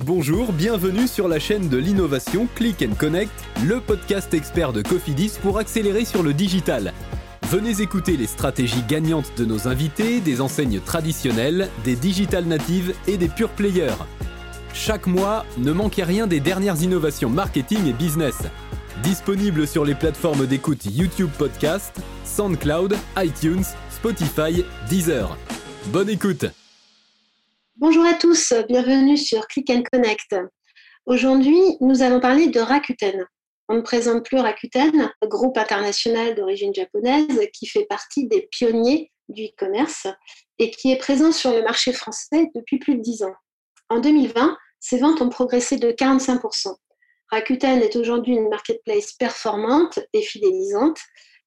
Bonjour, bienvenue sur la chaîne de l'innovation Click & Connect, le podcast expert de Cofidis pour accélérer sur le digital. Venez écouter les stratégies gagnantes de nos invités, des enseignes traditionnelles, des digital natives et des pure players. Chaque mois, ne manquez rien des dernières innovations marketing et business. Disponible sur les plateformes d'écoute YouTube Podcast, SoundCloud, iTunes, Spotify, Deezer. Bonne écoute! Bonjour à tous, bienvenue sur Click & Connect. Aujourd'hui, nous allons parler de Rakuten. On ne présente plus Rakuten, groupe international d'origine japonaise qui fait partie des pionniers du e-commerce et qui est présent sur le marché français depuis plus de 10 ans. En 2020, ses ventes ont progressé de 45%. Rakuten est aujourd'hui une marketplace performante et fidélisante.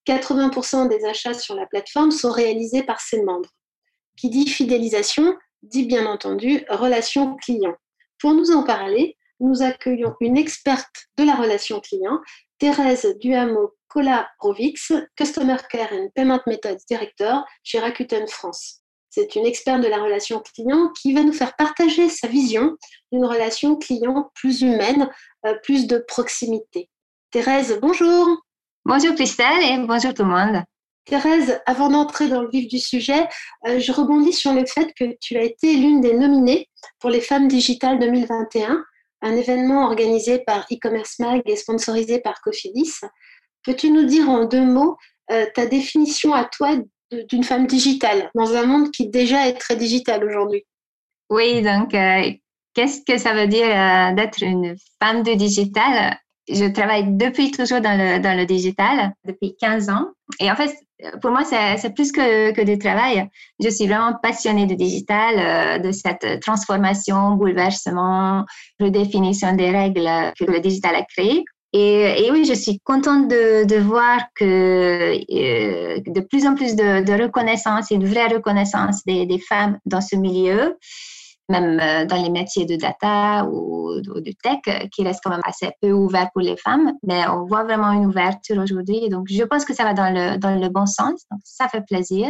80% des achats sur la plateforme sont réalisés par ses membres. Qui dit fidélisation dit bien entendu relation client. Pour nous en parler, nous accueillons une experte de la relation client, Thérèse Duhamel-Kolarowicz, Customer Care and Payment Methods Director chez Rakuten France. C'est une experte de la relation client qui va nous faire partager sa vision d'une relation client plus humaine, plus de proximité. Thérèse, bonjour. Bonjour Christelle et bonjour tout le monde. Thérèse, avant d'entrer dans le vif du sujet, je rebondis sur le fait que tu as été l'une des nominées pour les Femmes Digitales 2021, un événement organisé par e-commerce mag et sponsorisé par Cofidis. Peux-tu nous dire en 2 mots ta définition à toi d'une femme digitale dans un monde qui déjà est très digital aujourd'hui? Oui, donc qu'est-ce que ça veut dire d'être une femme de digital? Je travaille depuis toujours dans le digital, depuis 15 ans. Et en fait, pour moi, c'est plus que du travail. Je suis vraiment passionnée de digital, de cette transformation, bouleversement, redéfinition des règles que le digital a créées. Et oui, je suis contente de voir que de plus en plus de reconnaissance et de vraie reconnaissance des femmes dans ce milieu, même dans les métiers de data ou du tech, qui restent quand même assez peu ouverts pour les femmes. Mais on voit vraiment une ouverture aujourd'hui. Donc, je pense que ça va dans le bon sens. Donc, ça fait plaisir.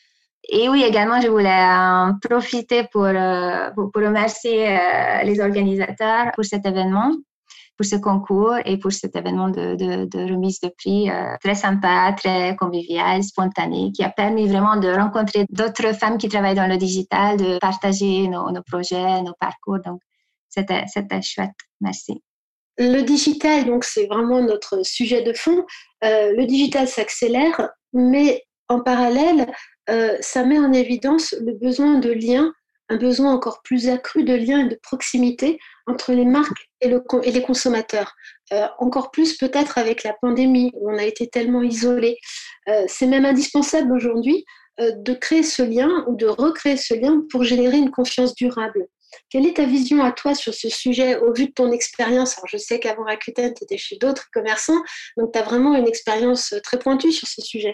Et oui, également, je voulais en profiter pour remercier les organisateurs pour cet événement, pour ce concours et pour cet événement de remise de prix très sympa, très convivial, spontané, qui a permis vraiment de rencontrer d'autres femmes qui travaillent dans le digital, de partager nos projets, nos parcours. Donc, c'était chouette. Merci. Le digital, donc, c'est vraiment notre sujet de fond. Le digital s'accélère, mais en parallèle, ça met en évidence le besoin de liens, un besoin encore plus accru de liens et de proximité entre les marques et les consommateurs. Encore plus peut-être avec la pandémie, où on a été tellement isolés. C'est même indispensable aujourd'hui de créer ce lien ou de recréer ce lien pour générer une confiance durable. Quelle est ta vision à toi sur ce sujet au vu de ton expérience? Alors, je sais qu'avant Rakuten, tu étais chez d'autres commerçants, donc tu as vraiment une expérience très pointue sur ce sujet.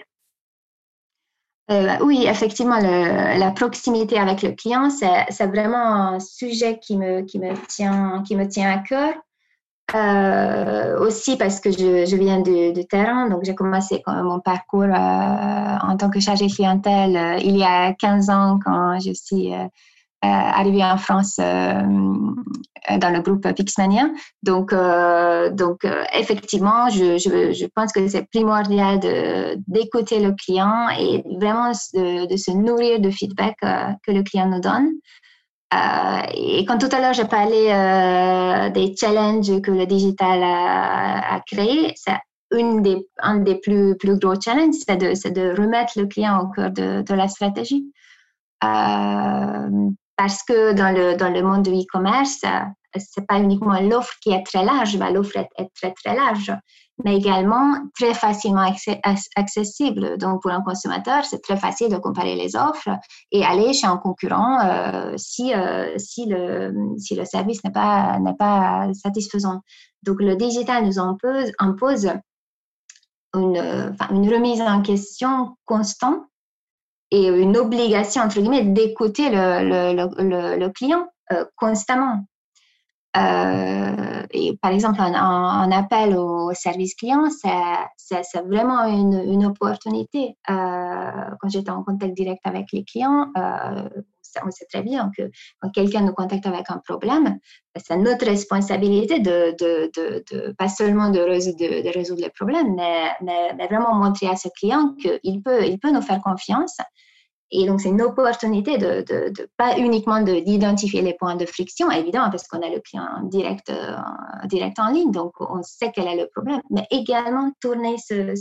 Oui, effectivement, la proximité avec le client, c'est vraiment un sujet qui me tient à cœur. Aussi parce que je viens de terrain, donc j'ai commencé mon parcours en tant que chargée clientèle il y a 15 ans quand je suis arrivée en France dans le groupe Pixmania. Donc effectivement, je pense que c'est primordial d'écouter le client et vraiment de se nourrir de feedback que le client nous donne. Et quand tout à l'heure, j'ai parlé des challenges que le digital a créés, c'est un des plus gros challenges, c'est de remettre le client au cœur de la stratégie. Parce que dans le monde du e-commerce, c'est pas uniquement l'offre qui est très large, l'offre est très, très large, mais également très facilement accessible. Donc, pour un consommateur, c'est très facile de comparer les offres et aller chez un concurrent si le service n'est pas satisfaisant. Donc, le digital nous impose une remise en question constante et une obligation, entre guillemets, d'écouter le client constamment. Et par exemple, un appel au service client, c'est vraiment une opportunité. Quand j'étais en contact direct avec les clients, on sait très bien que quand quelqu'un nous contacte avec un problème, c'est notre responsabilité de pas seulement de résoudre le problème, mais vraiment montrer à ce client qu'il peut nous faire confiance. Et donc, c'est une opportunité de pas uniquement d'identifier les points de friction, évidemment, parce qu'on a le client direct en ligne, donc on sait quel est le problème, mais également tourner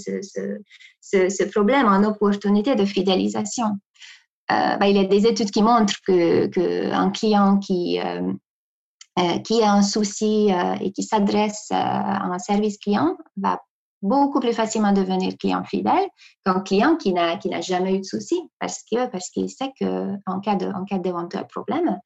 ce problème en opportunité de fidélisation. Il y a des études qui montrent qu'un client qui a un souci et qui s'adresse à un service client va beaucoup plus facilement devenir client fidèle qu'un client qui n'a jamais eu de souci parce qu'il sait qu'en cas d'éventuel problème,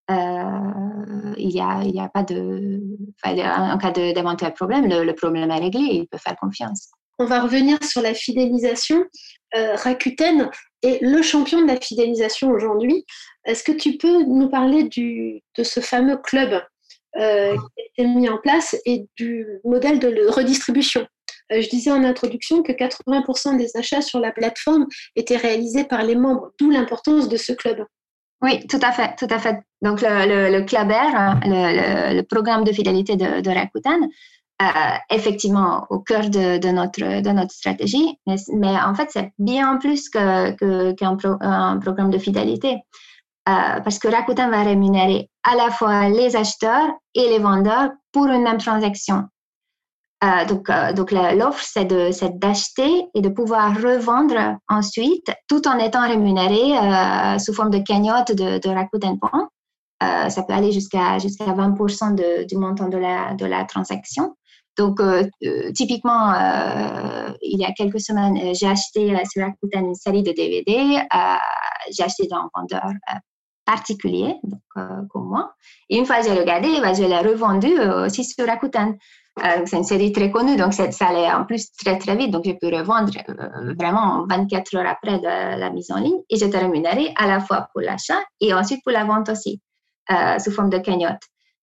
il y a pas de, en cas d'éventuel problème, le problème est réglé et il peut faire confiance. On va revenir sur la fidélisation. Rakuten est le champion de la fidélisation aujourd'hui. Est-ce que tu peux nous parler de ce fameux club qui a été mis en place et du modèle de redistribution? Je disais en introduction que 80% des achats sur la plateforme étaient réalisés par les membres, d'où l'importance de ce club. Oui, tout à fait, tout à fait. Donc, le Club Air, le programme de fidélité de Rakuten, effectivement au cœur de notre stratégie, mais en fait, c'est bien plus qu'un programme de fidélité. Parce que Rakuten va rémunérer à la fois les acheteurs et les vendeurs pour une même transaction. Donc l'offre, c'est d'acheter et de pouvoir revendre ensuite, tout en étant rémunéré sous forme de cagnotte de Rakuten Point. Ça peut aller jusqu'à 20% du montant de la transaction. Donc, typiquement, il y a quelques semaines, j'ai acheté sur Rakuten une série de DVD. J'ai acheté d'un vendeur particulier, donc comme moi. Et une fois que j'ai regardé, je l'ai revendu aussi sur Rakuten. C'est une série très connue, donc ça allait en plus très, très vite. Donc, j'ai pu revendre vraiment 24 heures après la mise en ligne. Et j'étais rémunérée à la fois pour l'achat et ensuite pour la vente aussi, sous forme de cagnotte.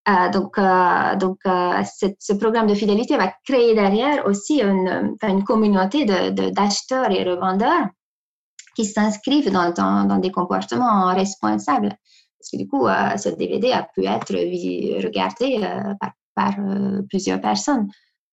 Ce programme de fidélité va créer derrière aussi une communauté d'acheteurs et revendeurs qui s'inscrivent dans des comportements responsables. Parce que du coup, ce DVD a pu être regardé par plusieurs personnes.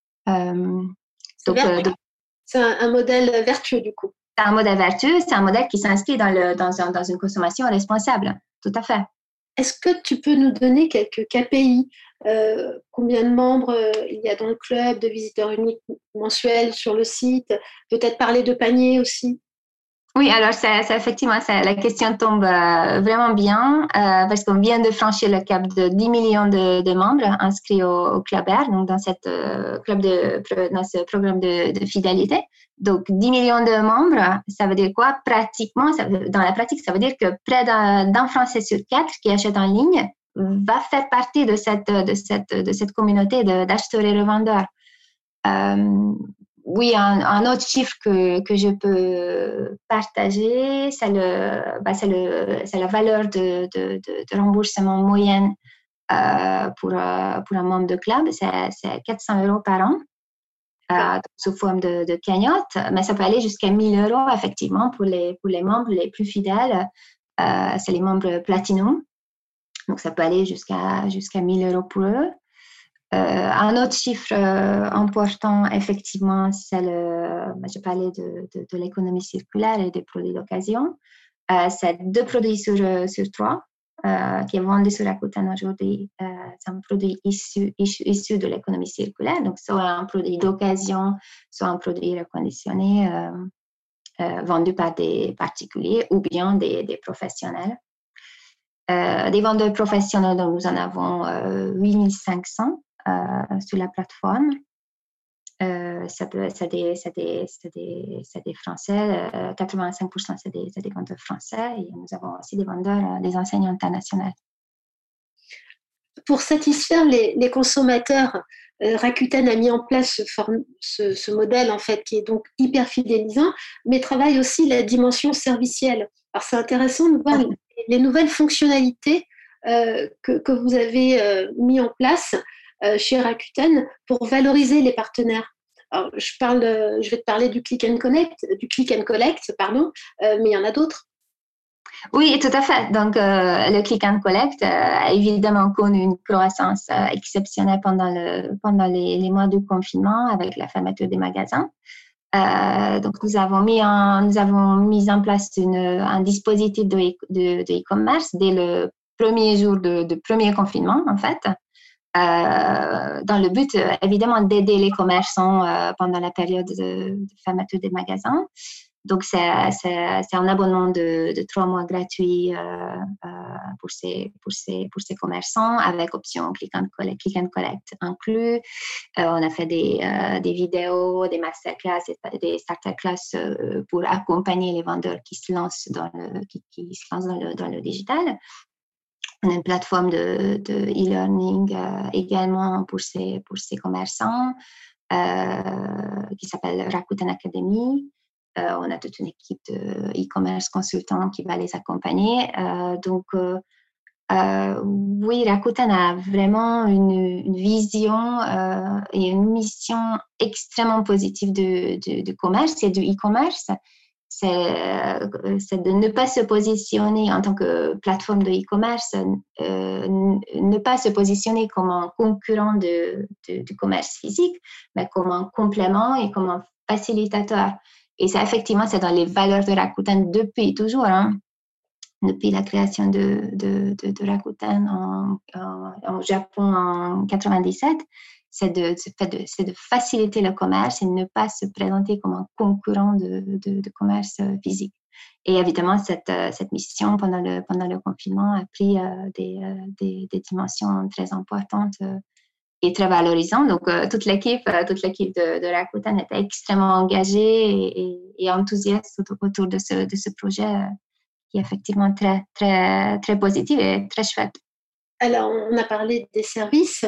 C'est un modèle vertueux, du coup. C'est un modèle vertueux, c'est un modèle qui s'inscrit dans une consommation responsable. Tout à fait. Est-ce que tu peux nous donner quelques KPI? Combien de membres il y a dans le club, de visiteurs uniques mensuels sur le site? Peut-être parler de panier aussi? Oui, alors effectivement, la question tombe vraiment bien parce qu'on vient de franchir le cap de 10 millions de membres inscrits au Club Air, donc dans ce programme de fidélité. Donc, 10 millions de membres, ça veut dire quoi? Pratiquement, dans la pratique, ça veut dire que près d'un Français sur 4 qui achète en ligne va faire partie de cette communauté d'acheteurs et revendeurs. Oui, un autre chiffre que je peux partager, c'est la valeur de remboursement moyenne pour un membre de club. C'est 400 € par an sous forme de cagnotte, mais ça peut aller jusqu'à 1 000 € effectivement pour les membres les plus fidèles. C'est les membres Platinum, donc ça peut aller jusqu'à 1 000 € pour eux. Un autre chiffre important, effectivement, c'est je parlais de l'économie circulaire et des produits d'occasion. C'est 2 produits sur 3 qui est vendu sur Rakuten aujourd'hui. C'est un produit issu de l'économie circulaire, donc soit un produit d'occasion, soit un produit reconditionné vendu par des particuliers ou bien des professionnels. Des vendeurs professionnels, donc nous en avons 8 500 sur la plateforme. C'est des Français, 85% c'est des vendeurs français et nous avons aussi des vendeurs, des enseignants internationaux. Pour satisfaire les consommateurs, Rakuten a mis en place ce modèle en fait qui est donc hyper fidélisant, mais travaille aussi la dimension servicielle. Alors c'est intéressant de voir les nouvelles fonctionnalités que vous avez mis en place chez Rakuten pour valoriser les partenaires. Alors, je vais te parler du Click and Collect, mais il y en a d'autres. Oui, tout à fait. Donc, le Click and Collect a évidemment connu une croissance exceptionnelle pendant les mois de confinement avec la fermeture des magasins. Donc, nous avons mis en place un dispositif de e-commerce dès le premier jour de premier confinement, en fait, dans le but, évidemment, d'aider les commerçants pendant la période de fermeture des magasins. Donc, c'est un abonnement de 3 mois gratuit pour ces commerçants avec option click and collect inclus. On a fait des vidéos, des masterclass, des starter classes pour accompagner les vendeurs qui se lancent dans le digital. On a une plateforme de e-learning également pour ces commerçants qui s'appelle Rakuten Academy. On a toute une équipe de e-commerce consultants qui va les accompagner. Oui, Rakuten a vraiment une vision et une mission extrêmement positive de commerce et du e-commerce. C'est de ne pas se positionner en tant que plateforme de e-commerce, ne pas se positionner comme un concurrent du commerce physique, mais comme un complément et comme un facilitateur. Et ça, effectivement, c'est dans les valeurs de Rakuten depuis toujours, depuis la création de Rakuten au Japon en 1997. C'est de faciliter le commerce et ne pas se présenter comme un concurrent de commerce physique. Et évidemment, cette mission pendant le confinement a pris des dimensions très importantes et très valorisantes. Donc, toute l'équipe de Rakuten était extrêmement engagée et enthousiaste autour de ce projet qui est effectivement très, très, très positif et très chouette. Alors, on a parlé des services,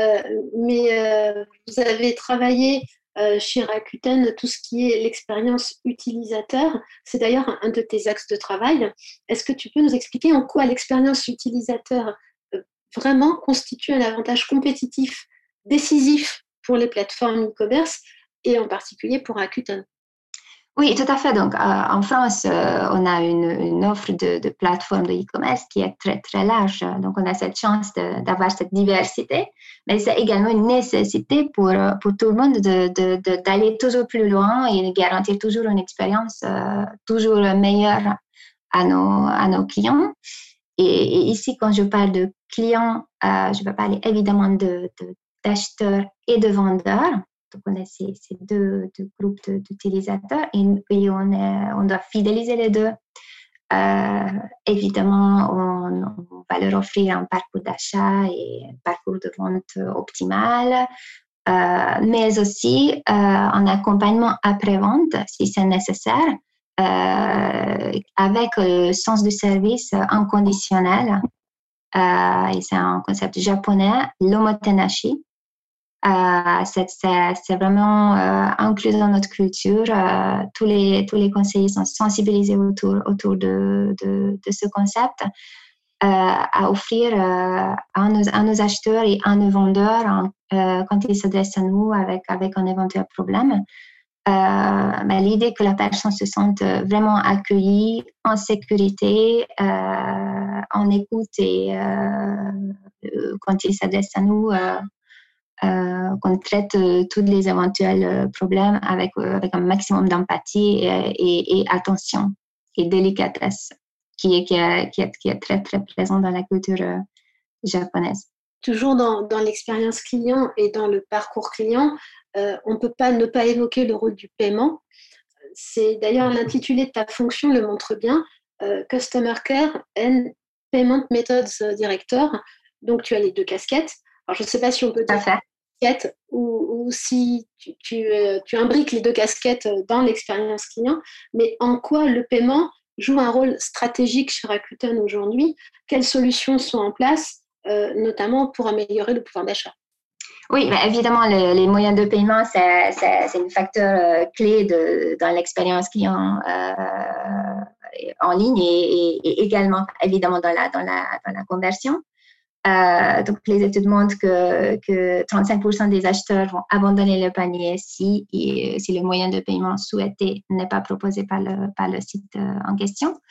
mais vous avez travaillé chez Rakuten tout ce qui est l'expérience utilisateur. C'est d'ailleurs un de tes axes de travail. Est-ce que tu peux nous expliquer en quoi l'expérience utilisateur vraiment constitue un avantage compétitif décisif pour les plateformes e-commerce et en particulier pour Rakuten? Oui, tout à fait. Donc, en France, on a une offre de plateforme de e-commerce qui est très, très large. Donc, on a cette chance d'avoir cette diversité, mais c'est également une nécessité pour tout le monde d'aller toujours plus loin et de garantir toujours une expérience toujours meilleure à nos clients. Et ici, quand je parle de clients, je vais parler évidemment d'acheteurs et de vendeurs. Donc, on a ces deux groupes d'utilisateurs et on doit fidéliser les deux. Évidemment, on va leur offrir un parcours d'achat et un parcours de vente optimal, mais aussi un accompagnement après-vente si c'est nécessaire, avec le sens du service inconditionnel. Et c'est un concept japonais, l'omotenashi. C'est vraiment inclus dans notre culture. Tous les conseillers sont sensibilisés autour de ce concept, à offrir à nos acheteurs et à nos vendeurs quand ils s'adressent à nous avec un éventuel problème. L'idée que la personne se sente vraiment accueillie, en sécurité, en écoute et quand il s'adresse à nous, qu'on traite tous les éventuels problèmes avec un maximum d'empathie et attention et délicatesse qui est très, très présent dans la culture japonaise. Toujours dans l'expérience client et dans le parcours client, on ne peut pas ne pas évoquer le rôle du paiement. C'est d'ailleurs l'intitulé de ta fonction le montre bien, Customer Care and Payment Methods Director. Donc, tu as les deux casquettes. Alors, je ne sais pas si on peut dire casquette ou si tu imbriques les deux casquettes dans l'expérience client, mais en quoi le paiement joue un rôle stratégique chez Rakuten aujourd'hui? Quelles solutions sont en place, notamment pour améliorer le pouvoir d'achat? Oui, évidemment, les moyens de paiement, c'est un facteur clé dans l'expérience client en ligne et également, évidemment, dans la conversion. Donc, les études montrent que 35% des acheteurs vont abandonner le panier si le moyen de paiement souhaité n'est pas proposé par le site en question.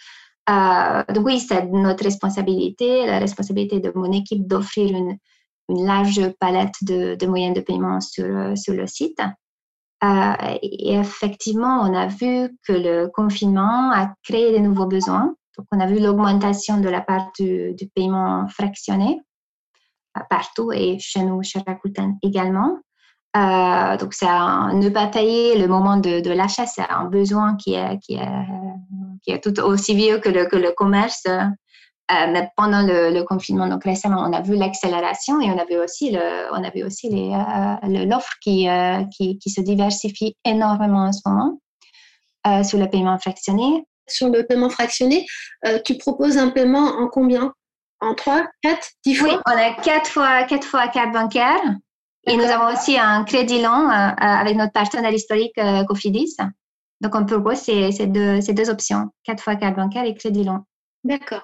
Donc oui, c'est notre responsabilité, la responsabilité de mon équipe d'offrir une large palette de moyens de paiement sur le site. Et effectivement, on a vu que le confinement a créé de nouveaux besoins. Donc, on a vu l'augmentation de la part du paiement fractionné partout et chez nous, chez Rakuten également. Donc, c'est ne pas payer le moment de l'achat, c'est un besoin qui est tout aussi vieux que le commerce. Mais pendant le confinement, donc récemment, on a vu l'accélération et on a vu aussi l'offre qui se diversifie énormément en ce moment sur le paiement fractionné. Sur le paiement fractionné, tu proposes un paiement en combien? En 3, 4, 10 fois? Oui, on a 4 fois carte bancaire. Et nous avons aussi un crédit long avec notre partenaire historique Cofidis. Donc, on propose ces deux options, 4 fois carte bancaire et crédit long. D'accord.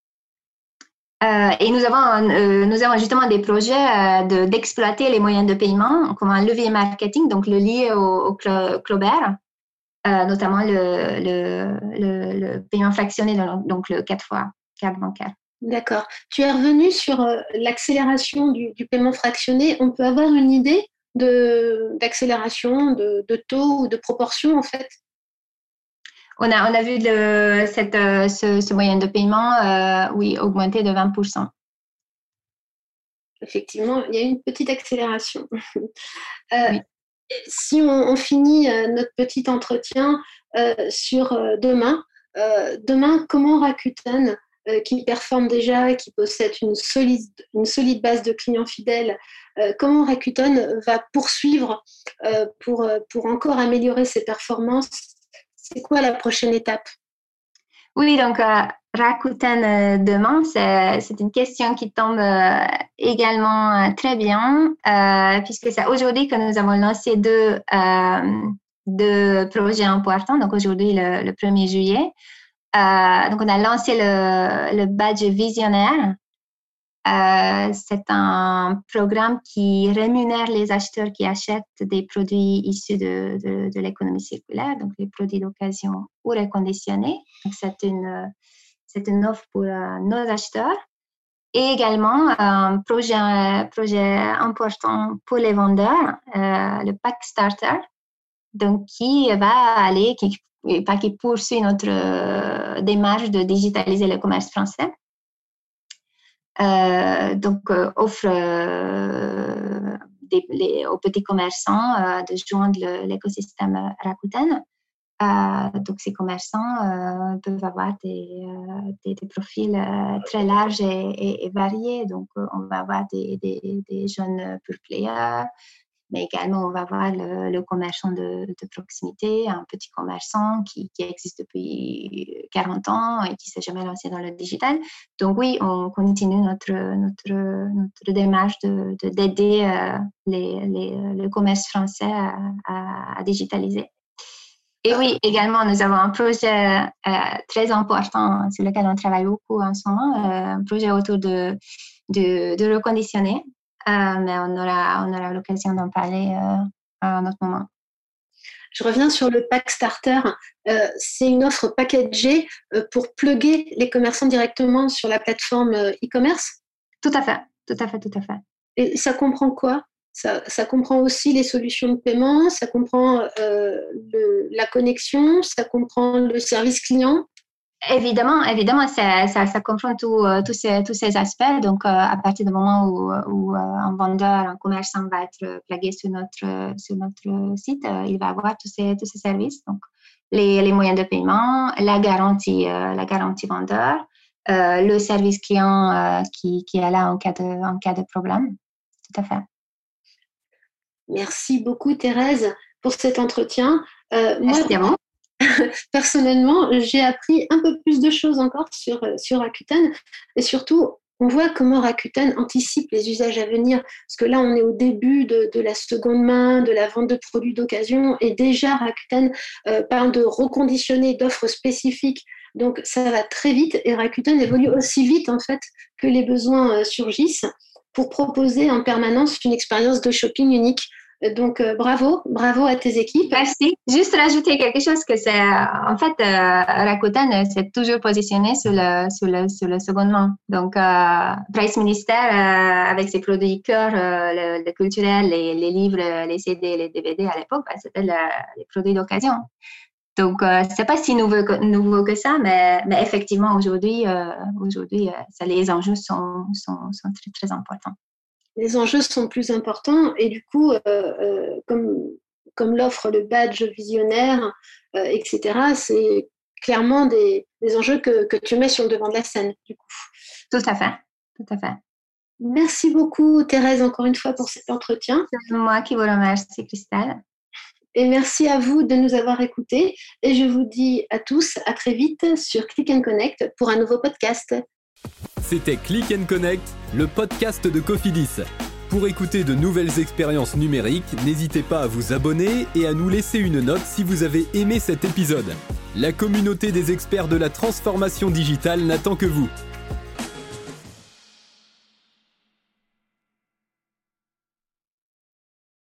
Et nous avons justement des projets d'exploiter les moyens de paiement comme un levier marketing, donc le lié au Clobert, notamment le paiement fractionné, donc le 4 fois carte bancaire. D'accord. Tu es revenu sur l'accélération du paiement fractionné. On peut avoir une idée d'accélération, de taux ou de proportion en fait? On a vu ce moyen de paiement, augmenter de 20%. Effectivement, il y a une petite accélération. Oui. Si on finit notre petit entretien sur demain, comment Rakuten, qui performe déjà, qui possède une solide base de clients fidèles, comment Rakuten va poursuivre pour encore améliorer ses performances? C'est quoi la prochaine étape? Oui, donc Rakuten demain, c'est une question qui tombe également très bien, puisque c'est aujourd'hui que nous avons lancé deux projets importants. Donc aujourd'hui, le 1er juillet. Donc on a lancé le badge visionnaire. C'est un programme qui rémunère les acheteurs qui achètent des produits issus de l'économie circulaire, donc les produits d'occasion ou reconditionnés. Donc c'est une offre pour nos acheteurs. Et également un projet important pour les vendeurs, le Pack Starter, donc qui poursuit notre démarche de digitaliser le commerce français. Offre aux petits commerçants de joindre l'écosystème Rakuten. Donc, ces commerçants peuvent avoir des profils très larges et variés. Donc, on va avoir des jeunes pure players, mais également, on va avoir le commerçant de proximité, un petit commerçant qui existe depuis 40 ans et qui ne s'est jamais lancé dans le digital. Donc oui, on continue notre démarche d'aider le commerce français à digitaliser. Et oui, également, nous avons un projet très important sur lequel on travaille beaucoup en ce moment, un projet autour de reconditionner. Mais on aura l'occasion d'en parler à un autre moment. Je reviens sur le Pack Starter. C'est une offre packagée pour plugger les commerçants directement sur la plateforme e-commerce? Tout à fait. Et ça comprend quoi? Ça comprend aussi les solutions de paiement, ça comprend la connexion, ça comprend le service client? Évidemment, ça comprend tous ces aspects. Donc, à partir du moment où un vendeur, un commerçant va être plugué sur notre site, il va avoir tous ces services. Donc, les moyens de paiement, la garantie vendeur, le service client qui est là en cas de problème. Tout à fait. Merci beaucoup, Thérèse, pour cet entretien. Merci à vous. Personnellement, j'ai appris un peu plus de choses encore sur Rakuten, et surtout, on voit comment Rakuten anticipe les usages à venir, parce que là, on est au début de la seconde main, de la vente de produits d'occasion, et déjà Rakuten parle de reconditionner, d'offres spécifiques. Donc, ça va très vite, et Rakuten évolue aussi vite, en fait, que les besoins surgissent pour proposer en permanence une expérience de shopping unique. Donc, bravo à tes équipes. Merci. Juste rajouter quelque chose que c'est, en fait, Rakuten s'est toujours positionné sur le secondement. Donc, Price Minister, avec ses produits cœur, le culturel, les livres, les CD, les DVD à l'époque, c'était les produits d'occasion. Donc, c'est pas si nouveau que ça, mais effectivement, aujourd'hui, les enjeux sont très, très importants. Les enjeux sont plus importants et du coup, comme l'offre le badge visionnaire, etc., c'est clairement des enjeux que tu mets sur le devant de la scène, du coup. Tout à fait. Merci beaucoup, Thérèse, encore une fois pour cet entretien. C'est moi qui vous remercie, Christelle. Et merci à vous de nous avoir écoutés. Et je vous dis à tous, à très vite sur Click & Connect pour un nouveau podcast. C'était Click & Connect, le podcast de Cofidis. Pour écouter de nouvelles expériences numériques, n'hésitez pas à vous abonner et à nous laisser une note si vous avez aimé cet épisode. La communauté des experts de la transformation digitale n'attend que vous.